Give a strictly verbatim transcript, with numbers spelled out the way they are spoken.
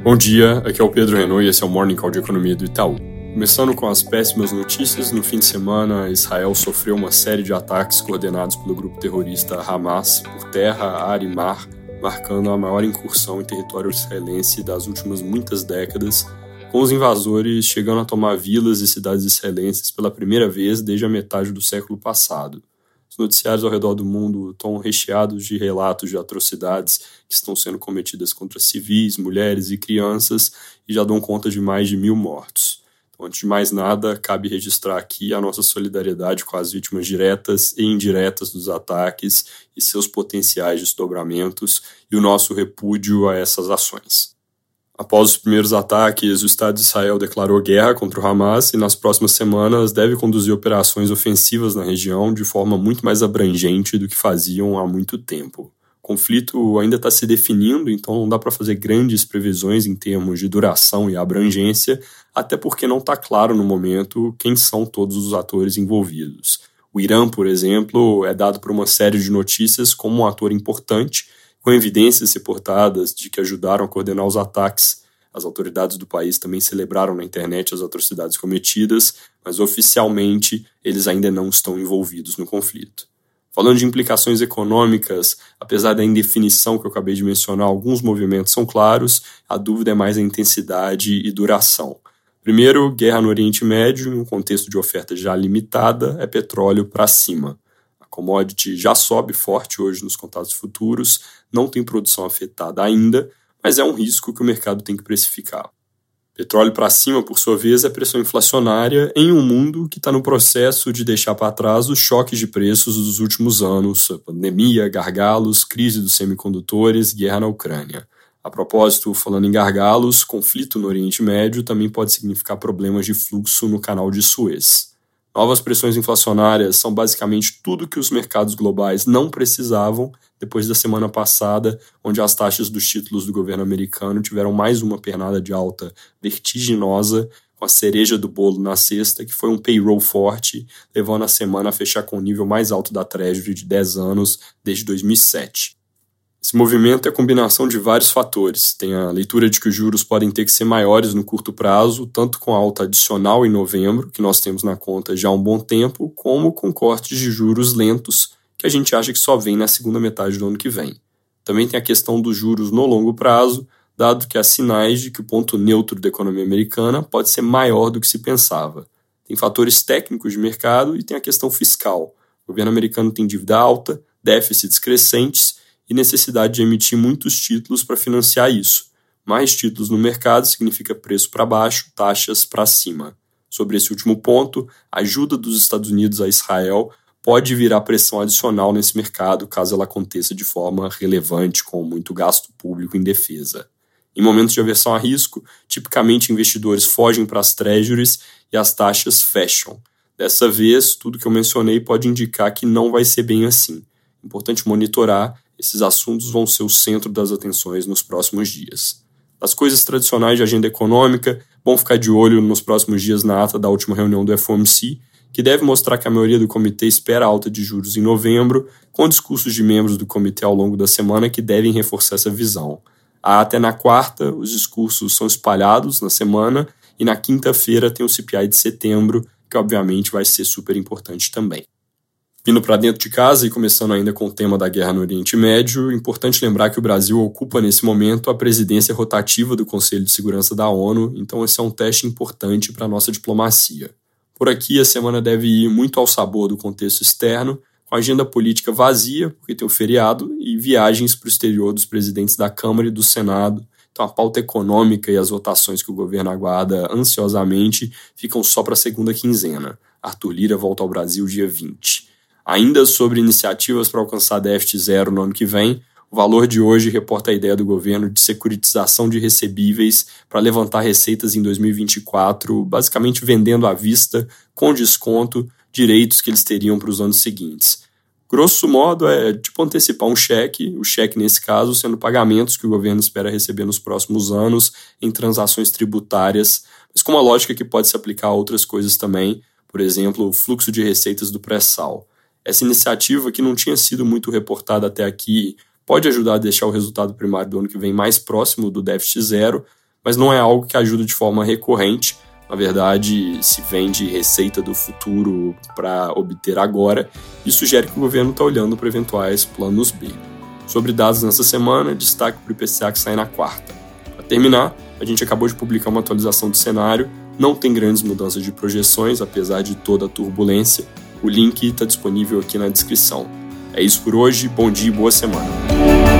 Bom dia, aqui é o Pedro Renault e esse é o Morning Call de Economia do Itaú. Começando com as péssimas notícias, no fim de semana Israel sofreu uma série de ataques coordenados pelo grupo terrorista Hamas por terra, ar e mar, marcando a maior incursão em território israelense das últimas muitas décadas, com os invasores chegando a tomar vilas e cidades israelenses pela primeira vez desde a metade do século passado. Os noticiários ao redor do mundo estão recheados de relatos de atrocidades que estão sendo cometidas contra civis, mulheres e crianças e já dão conta de mais de mil mortos. Então, antes de mais nada, cabe registrar aqui a nossa solidariedade com as vítimas diretas e indiretas dos ataques e seus potenciais desdobramentos e o nosso repúdio a essas ações. Após os primeiros ataques, o Estado de Israel declarou guerra contra o Hamas e nas próximas semanas deve conduzir operações ofensivas na região de forma muito mais abrangente do que faziam há muito tempo. O conflito ainda está se definindo, então não dá para fazer grandes previsões em termos de duração e abrangência, até porque não está claro no momento quem são todos os atores envolvidos. O Irã, por exemplo, é dado por uma série de notícias como um ator importante, com evidências reportadas de que ajudaram a coordenar os ataques. As autoridades do país também celebraram na internet as atrocidades cometidas, mas oficialmente eles ainda não estão envolvidos no conflito. Falando de implicações econômicas, apesar da indefinição que eu acabei de mencionar, alguns movimentos são claros, a dúvida é mais a intensidade e duração. Primeiro, guerra no Oriente Médio, em um contexto de oferta já limitada, é petróleo para cima. A commodity já sobe forte hoje nos contratos futuros, não tem produção afetada ainda, mas é um risco que o mercado tem que precificar. Petróleo para cima, por sua vez, é pressão inflacionária em um mundo que está no processo de deixar para trás os choques de preços dos últimos anos, pandemia, gargalos, crise dos semicondutores, guerra na Ucrânia. A propósito, falando em gargalos, conflito no Oriente Médio também pode significar problemas de fluxo no canal de Suez. Novas pressões inflacionárias são basicamente tudo que os mercados globais não precisavam depois da semana passada, onde as taxas dos títulos do governo americano tiveram mais uma pernada de alta vertiginosa, com a cereja do bolo na sexta, que foi um payroll forte, levando a semana a fechar com o nível mais alto da Treasury de dez anos desde dois mil e sete. Esse movimento é a combinação de vários fatores. Tem a leitura de que os juros podem ter que ser maiores no curto prazo, tanto com a alta adicional em novembro, que nós temos na conta já há um bom tempo, como com cortes de juros lentos, que a gente acha que só vem na segunda metade do ano que vem. Também tem a questão dos juros no longo prazo, dado que há sinais de que o ponto neutro da economia americana pode ser maior do que se pensava. Tem fatores técnicos de mercado e tem a questão fiscal. O governo americano tem dívida alta, déficits crescentes e necessidade de emitir muitos títulos para financiar isso. Mais títulos no mercado significa preço para baixo, taxas para cima. Sobre esse último ponto, a ajuda dos Estados Unidos a Israel pode virar pressão adicional nesse mercado caso ela aconteça de forma relevante, com muito gasto público em defesa. Em momentos de aversão a risco, tipicamente investidores fogem para as treasuries e as taxas fecham. Dessa vez, tudo que eu mencionei pode indicar que não vai ser bem assim. Importante monitorar. Esses assuntos vão ser o centro das atenções nos próximos dias. Das coisas tradicionais de agenda econômica, bom ficar de olho nos próximos dias na ata da última reunião do F O M C, que deve mostrar que a maioria do comitê espera a alta de juros em novembro, com discursos de membros do comitê ao longo da semana que devem reforçar essa visão. A ata é na quarta, os discursos são espalhados na semana, e na quinta-feira tem o C P I de setembro, que obviamente vai ser super importante também. Vindo para dentro de casa e começando ainda com o tema da guerra no Oriente Médio, é importante lembrar que o Brasil ocupa nesse momento a presidência rotativa do Conselho de Segurança da ONU, então esse é um teste importante para a nossa diplomacia. Por aqui a semana deve ir muito ao sabor do contexto externo, com a agenda política vazia, porque tem o feriado, e viagens para o exterior dos presidentes da Câmara e do Senado. Então a pauta econômica e as votações que o governo aguarda ansiosamente ficam só para a segunda quinzena. Arthur Lira volta ao Brasil dia vinte. Ainda sobre iniciativas para alcançar déficit zero no ano que vem, o Valor de hoje reporta a ideia do governo de securitização de recebíveis para levantar receitas em dois mil e vinte e quatro, basicamente vendendo à vista, com desconto, direitos que eles teriam para os anos seguintes. Grosso modo, é tipo antecipar um cheque, o cheque nesse caso sendo pagamentos que o governo espera receber nos próximos anos em transações tributárias, mas com uma lógica que pode se aplicar a outras coisas também, por exemplo, o fluxo de receitas do pré-sal. Essa iniciativa, que não tinha sido muito reportada até aqui, pode ajudar a deixar o resultado primário do ano que vem mais próximo do déficit zero, mas não é algo que ajuda de forma recorrente. Na verdade, se vende receita do futuro para obter agora e sugere que o governo está olhando para eventuais planos B. Sobre dados nessa semana, destaque para o I P C A que sai na quarta. Para terminar, a gente acabou de publicar uma atualização do cenário, não tem grandes mudanças de projeções, apesar de toda a turbulência. O link está disponível aqui na descrição. É isso por hoje, bom dia e boa semana.